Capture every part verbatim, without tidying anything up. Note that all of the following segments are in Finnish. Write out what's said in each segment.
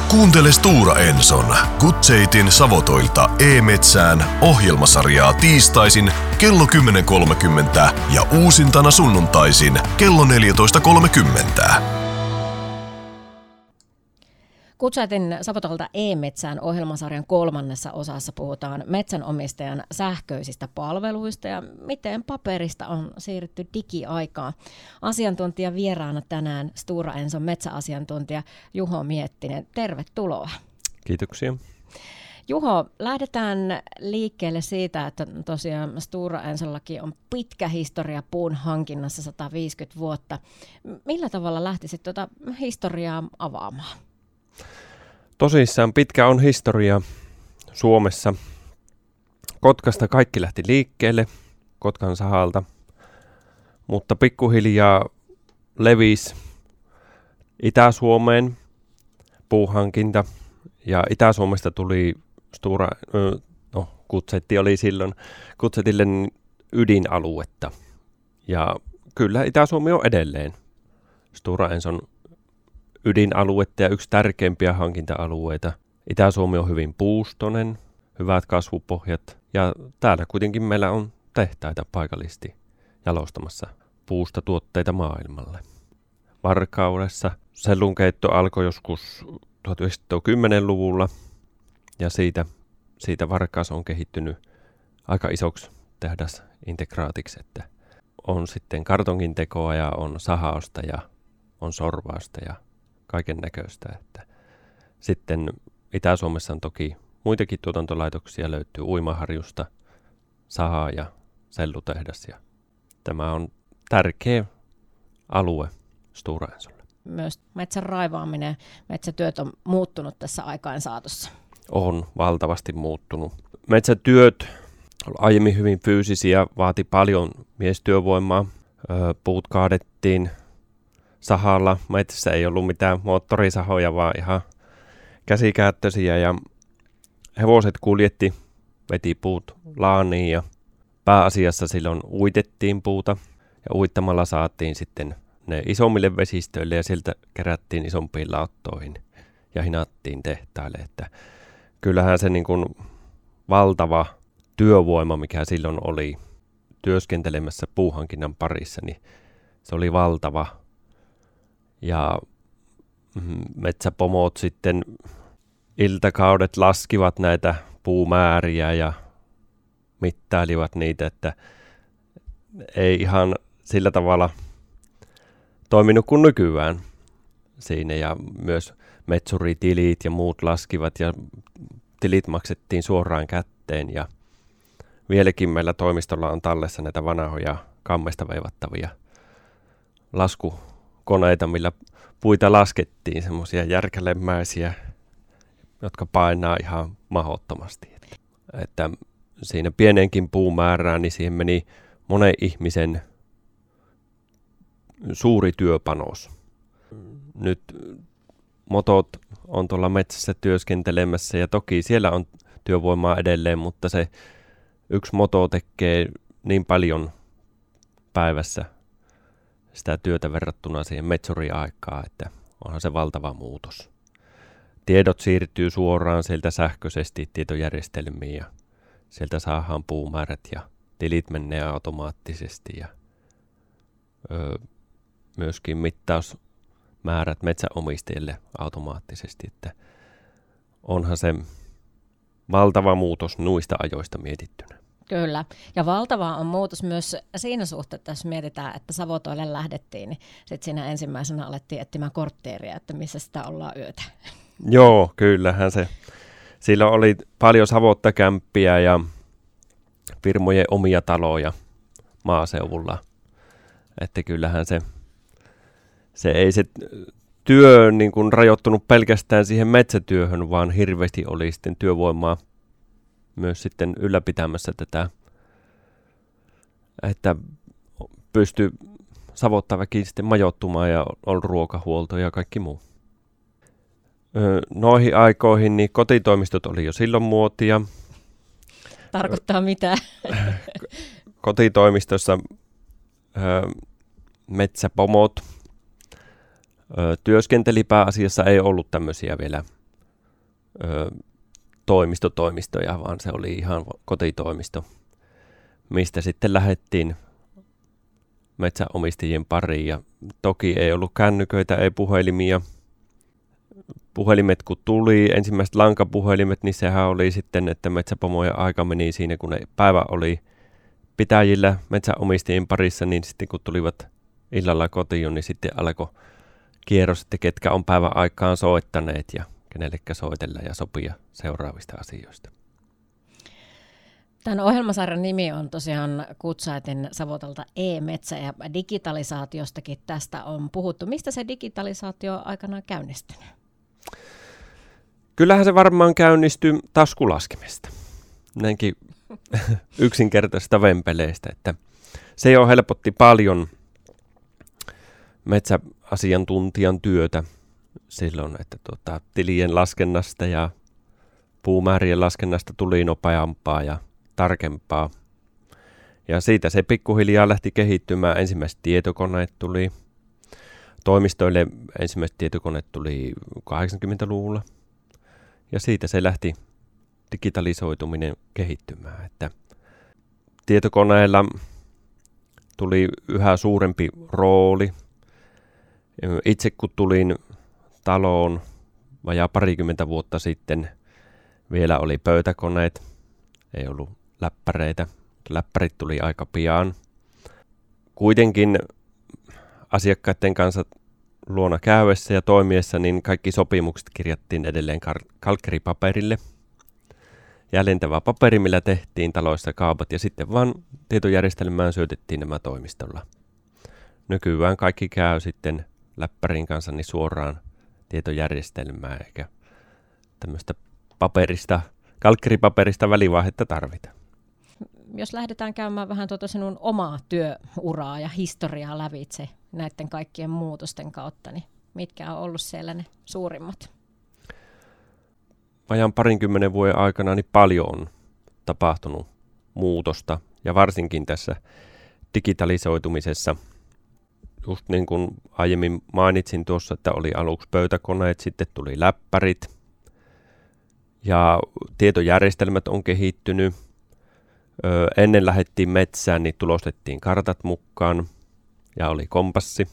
Kuuntele Stora Enson Gutzeitin Savotoilta E-metsään ohjelmasarjaa tiistaisin kello kymmenen kolmekymmentä ja uusintana sunnuntaisin kello neljätoista kolmekymmentä. Gutzeitin Savotolta E-metsään ohjelmasarjan kolmannessa osassa puhutaan metsänomistajan sähköisistä palveluista ja miten paperista on siirrytty digiaikaan. Asiantuntija vieraana tänään Stora Enson metsäasiantuntija Juho Miettinen. Tervetuloa. Kiitoksia. Juho, lähdetään liikkeelle siitä, että tosiaan Stora Ensollakin on pitkä historia puun hankinnassa sata viisikymmentä vuotta. Millä tavalla lähtisit tuota historiaa avaamaan? Tosissaan pitkä on historia Suomessa. Kotkasta kaikki lähti liikkeelle, Kotkan sahalta, mutta pikkuhiljaa levisi Itä-Suomeen puuhankinta ja Itä-Suomesta tuli Stora, no Gutzeitti oli silloin Gutzeitille ydinaluetta ja kyllä Itä-Suomi on edelleen Stora Enson ydinaluetta ja yksi tärkeimpiä hankinta-alueita. Itä-Suomi on hyvin puustonen, hyvät kasvupohjat ja täällä kuitenkin meillä on tehtaita paikallisesti jalostamassa puusta tuotteita maailmalle. Varkaudessa sellunkeitto alkoi joskus tuhatyhdeksänsataakymmenen-luvulla ja siitä, siitä Varkaus on kehittynyt aika isoksi tehdasintegraatiksi, että on sitten kartongin tekoa ja on sahausta ja on sorvausta ja kaiken näköistä. Että sitten Itä-Suomessa on toki muitakin tuotantolaitoksia, löytyy Uimaharjusta, saha ja sellutehdas. Ja tämä on tärkeä alue Stora Ensolle. Myös metsän raivaaminen, metsätyöt on muuttunut tässä aikain saatossa. On valtavasti muuttunut. Metsätyöt olivat aiemmin hyvin fyysisiä, vaati paljon miestyövoimaa. Puut kaadettiin sahalla. Metsässä ei ollut mitään moottorisahoja, vaan ihan käsikäyttöisiä ja hevoset kuljetti, veti puut laaniin ja pääasiassa silloin uitettiin puuta ja uittamalla saatiin sitten ne isommille vesistöille ja sieltä kerättiin isompiin lauttoihin ja hinattiin tehtaille. Että kyllähän se niin kuin valtava työvoima, mikä silloin oli työskentelemässä puuhankinnan parissa, niin se oli valtava. Ja metsäpomot sitten iltakaudet laskivat näitä puumääriä ja mittailivat niitä, että ei ihan sillä tavalla toiminut kuin nykyään siinä. Ja myös metsuritilit ja muut laskivat ja tilit maksettiin suoraan kätteen. Ja vieläkin meillä toimistolla on tallessa näitä vanhoja kammesta veivattavia laskukoneita, millä puita laskettiin, semmoisia järkälemäisiä, jotka painaa ihan mahdottomasti. Että, että siinä pienenkin puumäärään, niin siihen meni monen ihmisen suuri työpanos. Nyt motot on tuolla metsässä työskentelemässä ja toki siellä on työvoimaa edelleen, mutta se yksi moto tekee niin paljon päivässä sitä työtä verrattuna siihen metsuriaikaan, että onhan se valtava muutos. Tiedot siirtyy suoraan sieltä sähköisesti tietojärjestelmiin ja sieltä saadaan puumäärät ja tilit menee automaattisesti ja öö, myöskin mittausmäärät metsäomistajille automaattisesti, että onhan se valtava muutos nuista ajoista mietittynä. Kyllä, ja valtava on muutos myös siinä suhteessa, jos mietitään, että Savotoille lähdettiin, niin sitten siinä ensimmäisenä alettiin etsimään kortteeria, että missä sitä ollaan yötä. Joo, kyllähän se. Silloin oli paljon savottakämppiä ja firmojen omia taloja maaseudulla. Että kyllähän se, se ei se työ niin kuin rajoittunut pelkästään siihen metsätyöhön, vaan hirveästi oli sitten työvoimaa myös sitten ylläpitämässä tätä, että pystyi savottaväkin sitten majoittumaan ja on ruokahuolto ja kaikki muu. Noihin aikoihin niin kotitoimistot oli jo silloin muotia. Tarkoittaa mitä? Kotitoimistossa metsäpomot työskenteli pääasiassa, ei ollut tämmöisiä vielä ö, toimistotoimistoja, vaan se oli ihan kotitoimisto, mistä sitten lähdettiin metsänomistajien pariin. Ja toki ei ollut kännyköitä, ei puhelimia. Puhelimet kun tuli, ensimmäiset lankapuhelimet, niin sehän oli sitten, että metsäpomojen aika meni siinä, kun ne päivä oli pitäjillä metsänomistajien parissa, niin sitten kun tulivat illalla kotiin, niin sitten alkoi kierros, että ketkä on päivän aikaan soittaneet ja kenellekä soitella ja sopia seuraavista asioista. Tämän ohjelmasarjan nimi on tosiaan Gutzeitin Savotolta E-metsä ja digitalisaatiostakin tästä on puhuttu. Mistä se digitalisaatio aikanaan käynnistynyt? Kyllähän se varmaan käynnistyi taskulaskimesta. Näinkin yksinkertaisesta vempeleistä, että se jo helpotti paljon metsäasiantuntijan työtä silloin, että tuota, tilien laskennasta ja puumäärien laskennasta tuli nopeampaa ja tarkempaa. Ja siitä se pikkuhiljaa lähti kehittymään. Ensimmäiset tietokoneet tuli. Toimistoille ensimmäiset tietokoneet tuli kahdeksankymmentäluvulla. Ja siitä se lähti digitalisoituminen kehittymään. Että tietokoneilla tuli yhä suurempi rooli. Itse kun tulin taloon vajaa parikymmentä vuotta sitten, vielä oli pöytäkoneet, ei ollut läppäreitä. Läppärit tuli aika pian. Kuitenkin asiakkaiden kanssa luona käydessä ja toimiessa, niin kaikki sopimukset kirjattiin edelleen kal- kalkkeripaperille. Jäljentävä paperi, millä tehtiin taloissa kaupat, ja sitten vaan tietojärjestelmään syötettiin nämä toimistolla. Nykyään kaikki käy sitten läppärin kanssa niin suoraan tietojärjestelmään, eikä tämmöistä paperista, kalkkeripaperista välivaihetta tarvita. Jos lähdetään käymään vähän tuota sinun omaa työuraa ja historiaa lävitse näiden kaikkien muutosten kautta, niin mitkä on ollut siellä ne suurimmat? Vajaan parinkymmenen vuoden aikana niin paljon on tapahtunut muutosta, ja varsinkin tässä digitalisoitumisessa. Just niin kuin aiemmin mainitsin tuossa, että oli aluksi pöytäkoneet, sitten tuli läppärit, ja tietojärjestelmät on kehittynyt. Öö, ennen lähdettiin metsään, niin tulostettiin kartat mukaan, ja oli kompassi.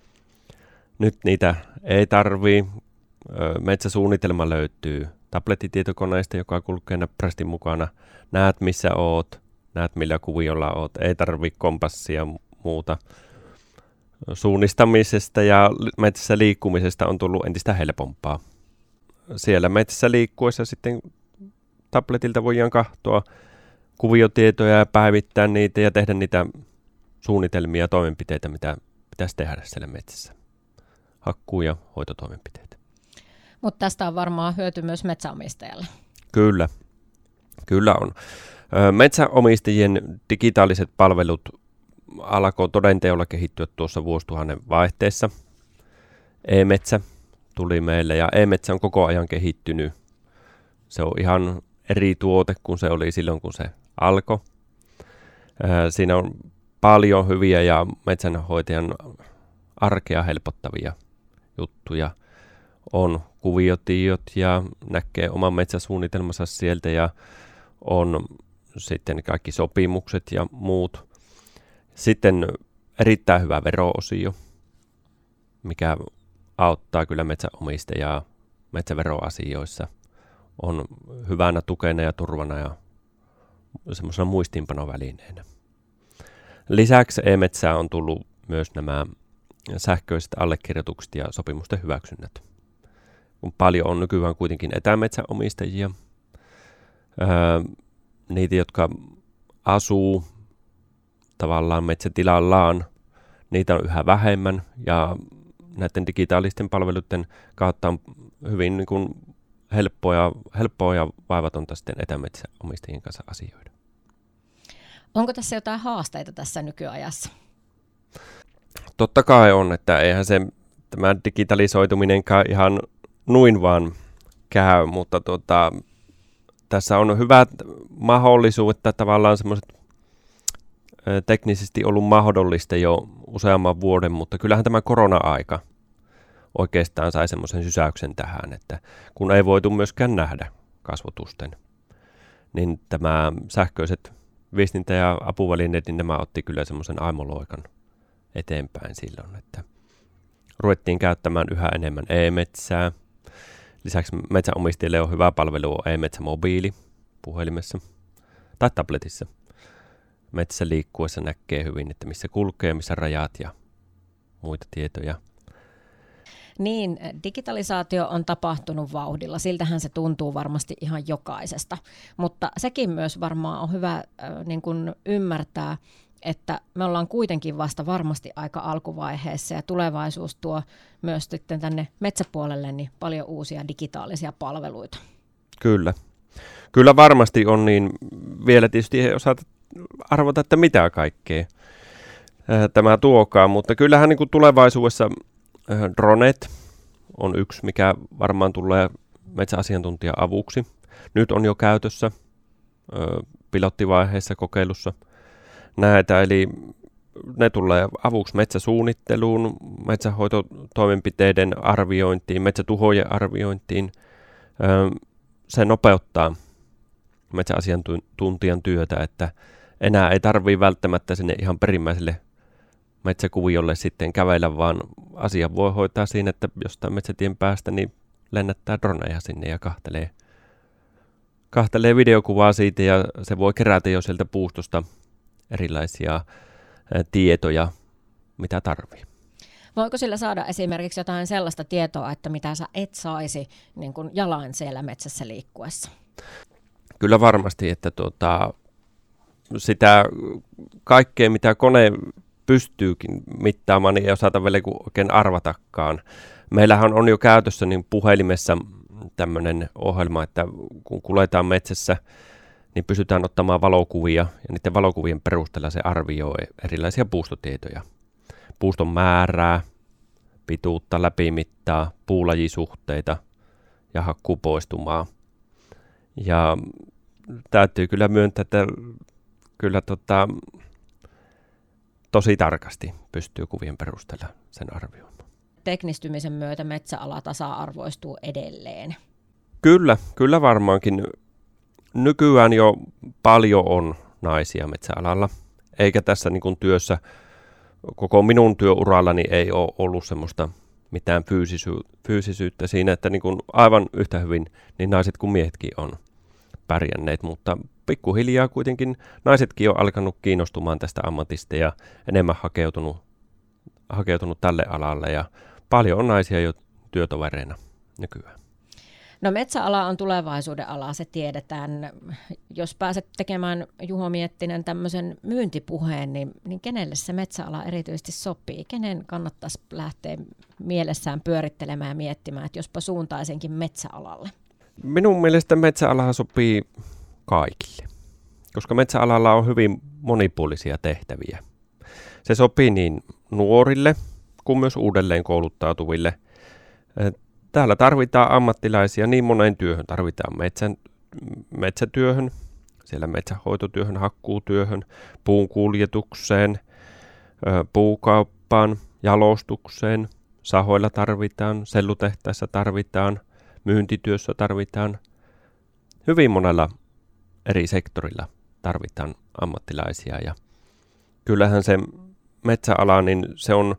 Nyt niitä ei tarvii. Öö, metsäsuunnitelma löytyy tablettitietokoneesta, joka kulkee näppärästi mukana. Näet missä oot, näet millä kuviolla oot. Ei tarvii kompassia muuta. Suunnistamisesta ja metsässä liikkumisesta on tullut entistä helpompaa. Siellä metsässä liikkuessa sitten tabletilta voidaan katsoa kuviotietoja ja päivittää niitä ja tehdä niitä suunnitelmia ja toimenpiteitä, mitä pitäisi tehdä siellä metsässä. Hakkuu- ja hoitotoimenpiteitä. Mutta tästä on varmaan hyöty myös metsäomistajalle. Kyllä, kyllä on. Metsäomistajien digitaaliset palvelut alkoi todenteolla kehittyä tuossa vuosituhannen vaihteessa. E-metsä tuli meille ja e-metsä on koko ajan kehittynyt. Se on ihan eri tuote kuin se oli silloin, kun se alkoi. Siinä on paljon hyviä ja metsänhoitajan arkea helpottavia juttuja. On kuviotiedot ja näkee oman metsäsuunnitelmansa sieltä ja on sitten kaikki sopimukset ja muut. Sitten erittäin hyvä vero-osio, mikä auttaa kyllä metsäomistajaa metsäveroasioissa. On hyvänä tukena ja turvana ja semmoisena muistiinpanovälineenä. Lisäksi e-metsään on tullut myös nämä sähköiset allekirjoitukset ja sopimusten hyväksynnät. Kun paljon on nykyään kuitenkin etämetsäomistajia, öö, niitä, jotka asuu tavallaan metsätilallaan, niitä on yhä vähemmän ja näiden digitaalisten palveluiden kautta on hyvin niin kuin helppoa ja, helppoa ja vaivatonta sitten etämetsäomistajien kanssa asioida. Onko tässä jotain haasteita tässä nykyajassa? Totta kai on, että eihän se tämä digitalisoituminenkään ihan nuin vaan käy, mutta tuota, tässä on hyvät mahdollisuudet, että tavallaan semmoiset teknisesti ollut mahdollista jo useamman vuoden, mutta kyllähän tämä korona-aika oikeastaan sai semmoisen sysäyksen tähän, että kun ei voitu myöskään nähdä kasvotusten, niin tämä sähköiset viestintä- ja apuvälineet, niin nämä otti kyllä semmoisen aimoloikan eteenpäin silloin, että ruvettiin käyttämään yhä enemmän e-metsää. Lisäksi metsänomistajille on hyvä palvelu on e-metsä mobiili puhelimessa tai tabletissa. Metsässä liikkuessa näkee hyvin, että missä kulkee, missä rajat ja muita tietoja. Niin, digitalisaatio on tapahtunut vauhdilla, siltähän se tuntuu varmasti ihan jokaisesta, mutta sekin myös varmaan on hyvä äh, niin kuin ymmärtää, että me ollaan kuitenkin vasta varmasti aika alkuvaiheessa ja tulevaisuus tuo myös sitten tänne metsäpuolelle niin paljon uusia digitaalisia palveluita. Kyllä. Kyllä varmasti on, niin vielä tietysti ei osata arvata, että mitä kaikkea tämä tuokaan, mutta kyllähän niin kuin tulevaisuudessa dronet on yksi, mikä varmaan tulee metsäasiantuntijan avuksi. Nyt on jo käytössä pilottivaiheessa kokeilussa näitä, eli ne tulee avuksi metsäsuunnitteluun, metsähoitotoimenpiteiden arviointiin, metsätuhojen arviointiin. Se nopeuttaa metsäasiantuntijan työtä, että enää ei tarvitse välttämättä sinne ihan perimmäiselle metsäkuviolle sitten kävellä, vaan asia voi hoitaa siinä, että jostain metsätien päästä niin lennättää droneja sinne ja kahtelee, kahtelee videokuvaa siitä ja se voi kerätä jo sieltä puustosta erilaisia ä, tietoja, mitä tarvii. Voiko sillä saada esimerkiksi jotain sellaista tietoa, että mitä sä et saisi niin kuin jalan siellä metsässä liikkuessa? Kyllä varmasti, että tuota, sitä kaikkea, mitä kone pystyykin mittaamaan, niin ei osata vielä oikein arvatakaan. Meillähän on jo käytössä niin puhelimessa tämmöinen ohjelma, että kun kuljetaan metsässä, niin pystytään ottamaan valokuvia, ja niiden valokuvien perusteella se arvioi erilaisia puustotietoja. Puuston määrää, pituutta, läpimittaa, puulajisuhteita ja hakkuupoistumaa. Ja täytyy kyllä myöntää, että kyllä tota, tosi tarkasti pystyy kuvien perusteella sen arvioimaan. Teknistymisen myötä metsäala tasa-arvoistuu edelleen. Kyllä, kyllä varmaankin. Nykyään jo paljon on naisia metsäalalla, eikä tässä niin kuin työssä, koko minun työurallani ei ole ollut semmoista mitään fyysisy- fyysisyyttä siinä, että niin kuin aivan yhtä hyvin niin naiset kuin miehetkin on pärjänneet, mutta pikkuhiljaa kuitenkin naisetkin on alkanut kiinnostumaan tästä ammatista ja enemmän hakeutunut, hakeutunut tälle alalle ja paljon on naisia jo työtovereina nykyään. No metsäala on tulevaisuuden ala, se tiedetään. Jos pääset tekemään, Juho Miettinen, tämmöisen myyntipuheen, niin, niin kenelle se metsäala erityisesti sopii? Kenen kannattaisi lähteä mielessään pyörittelemään ja miettimään, että jospa suuntaisenkin metsäalalle? Minun mielestä metsäalahan sopii kaikille, koska metsäalalla on hyvin monipuolisia tehtäviä. Se sopii niin nuorille kuin myös uudelleen kouluttautuville. Täällä tarvitaan ammattilaisia niin moneen työhön. Tarvitaan metsän, metsätyöhön, siellä metsähoitotyöhön, hakkuutyöhön, puun kuljetukseen, puukauppaan, jalostukseen. Sahoilla tarvitaan, sellutehtaissa tarvitaan, myyntityössä tarvitaan. Hyvin monella eri sektorilla tarvitaan ammattilaisia. Ja kyllähän se metsäala, niin se on...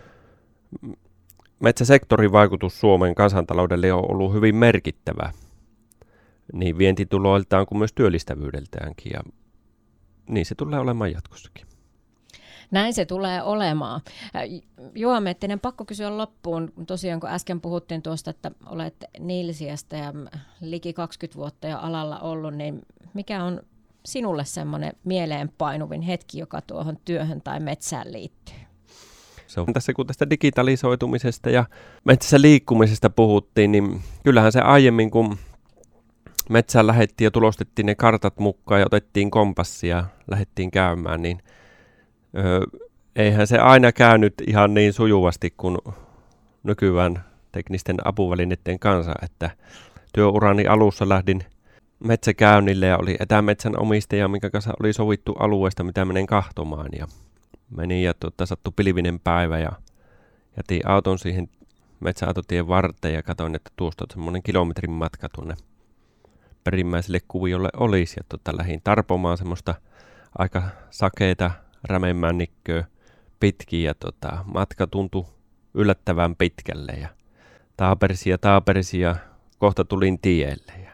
Metsäsektorin vaikutus Suomen kansantaloudelle on ollut hyvin merkittävä, niin vientituloiltaan kuin myös työllistävyydeltäänkin, ja niin se tulee olemaan jatkossakin. Näin se tulee olemaan. Juha Miettinen, pakko kysyä loppuun, tosiaan kun äsken puhuttiin tuosta, että olet Nilsiästä ja liki kaksikymmentä vuotta jo alalla ollut, niin mikä on sinulle semmoinen mieleenpainuvin hetki, joka tuohon työhön tai metsään liittyy? Se on tässä, kun tästä digitalisoitumisesta ja metsässä liikkumisesta puhuttiin, niin kyllähän se aiemmin, kun metsään lähdettiin ja tulostettiin ne kartat mukaan ja otettiin kompassia ja lähdettiin käymään, niin ö, eihän se aina käynyt ihan niin sujuvasti kuin nykyään teknisten apuvälineiden kanssa, että työurani alussa lähdin metsäkäynnille ja oli etämetsän omistaja, minkä kanssa oli sovittu alueesta, mitä menen kahtomaan, ja menin ja tuota, sattui pilvinen päivä ja jätin auton siihen metsäautotien varteen ja katsoin, että tuosta semmoinen kilometrin matka tuonne perimmäiselle kuviolle olisi. Ja tota, lähdin tarpomaan semmoista aika sakeita rämemännikköä pitkin ja tota, matka tuntui yllättävän pitkälle ja taapersi ja taapersi ja kohta tulin tielle ja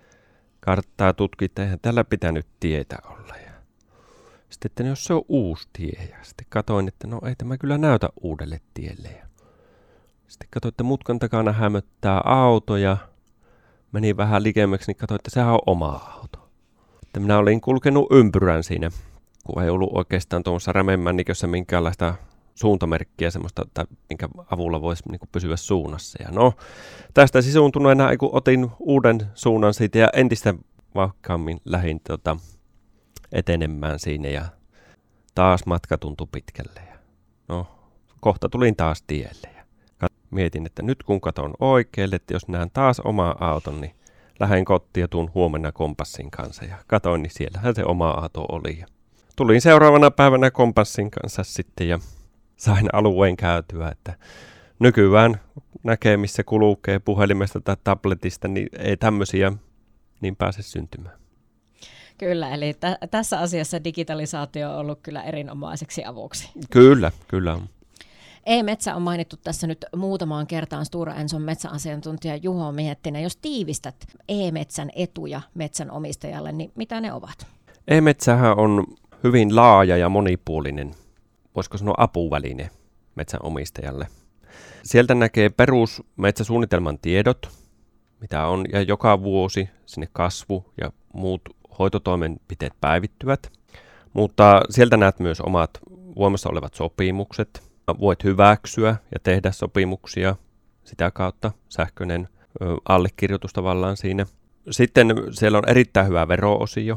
karttaa tutkin, että eihän tällä pitänyt tietä olla. Ja sitten, että jos se on uusi tie ja sitten katsoin, että no ei tämä kyllä näytä uudelle tielle. Ja sitten katsoin, että mutkan takana hämöttää auto ja menin vähän likemmäksi, niin katsoin, että sehän on oma auto. Että minä olin kulkenut ympyrän siinä, kun ei ollut oikeastaan tuossa rämemännikössä minkäänlaista suuntamerkkiä semmoista, tai minkä avulla voisi niin kuin pysyä suunnassa. Ja no, tästä sisuuntuneena kun otin uuden suunnan siitä ja entistä vahkaammin lähdin tota, etenemään siinä ja taas matka tuntui pitkälle. Ja no, kohta tulin taas tielle ja mietin, että nyt kun katon oikealle, että jos näen taas oma auton, niin lähden kotiin ja tuun huomenna kompassin kanssa. Ja katoin, niin siellähän se oma auto oli. Ja tulin seuraavana päivänä kompassin kanssa sitten ja sain alueen käytyä, että nykyään näkee, missä kulkee puhelimesta tai tabletista, niin ei tämmöisiä niin pääse syntymään. Kyllä, eli t- tässä asiassa digitalisaatio on ollut kyllä erinomaiseksi avuksi. Kyllä, kyllä on. E-metsä on mainittu tässä nyt muutamaan kertaan Stora Enson metsäasiantuntija Juho Miettinen. Jos tiivistät e-metsän etuja metsänomistajalle, niin mitä ne ovat? E-metsähän on hyvin laaja ja monipuolinen, voisiko sanoa apuväline metsänomistajalle. Sieltä näkee perusmetsäsuunnitelman tiedot, mitä on, ja joka vuosi sinne kasvu ja muut hoitotoimenpiteet päivittyvät. Mutta sieltä näet myös omat voimassa olevat sopimukset. Voit hyväksyä ja tehdä sopimuksia sitä kautta, sähköinen ö, allekirjoitus tavallaan siinä. Sitten siellä on erittäin hyvä vero-osio,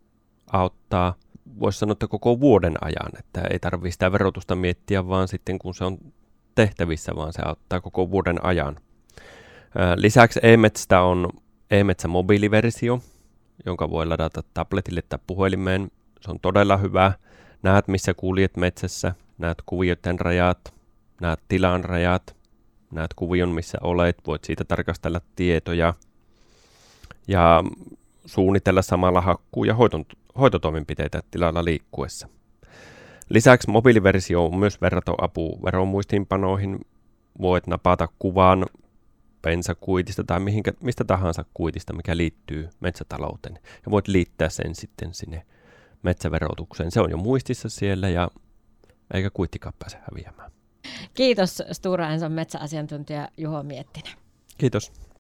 auttaa, voisi sanoa, että koko vuoden ajan, että ei tarvitse sitä verotusta miettiä, vaan sitten kun se on tehtävissä, vaan se auttaa koko vuoden ajan. Lisäksi e-metsästä on e-metsä mobiiliversio, jonka voi ladata tabletille tai puhelimeen. Se on todella hyvä. Näet, missä kuljet metsässä, näet kuvioiden rajat, näet tilan rajat, näet kuvion, missä olet, voit siitä tarkastella tietoja ja suunnitella samalla hakkuu- ja hoiton, hoitotoimenpiteitä tilalla liikkuessa. Lisäksi mobiiliversio on myös verrato-apu veromuistiinpanoihin. Voit napata kuvan bensakuitista tai mihinkä, mistä tahansa kuitista, mikä liittyy metsätalouteen. Ja voit liittää sen sitten sinne metsäverotukseen. Se on jo muistissa siellä ja eikä kuittikaan pääse häviämään. Kiitos Stora Enson metsäasiantuntija Juho Miettinen. Kiitos.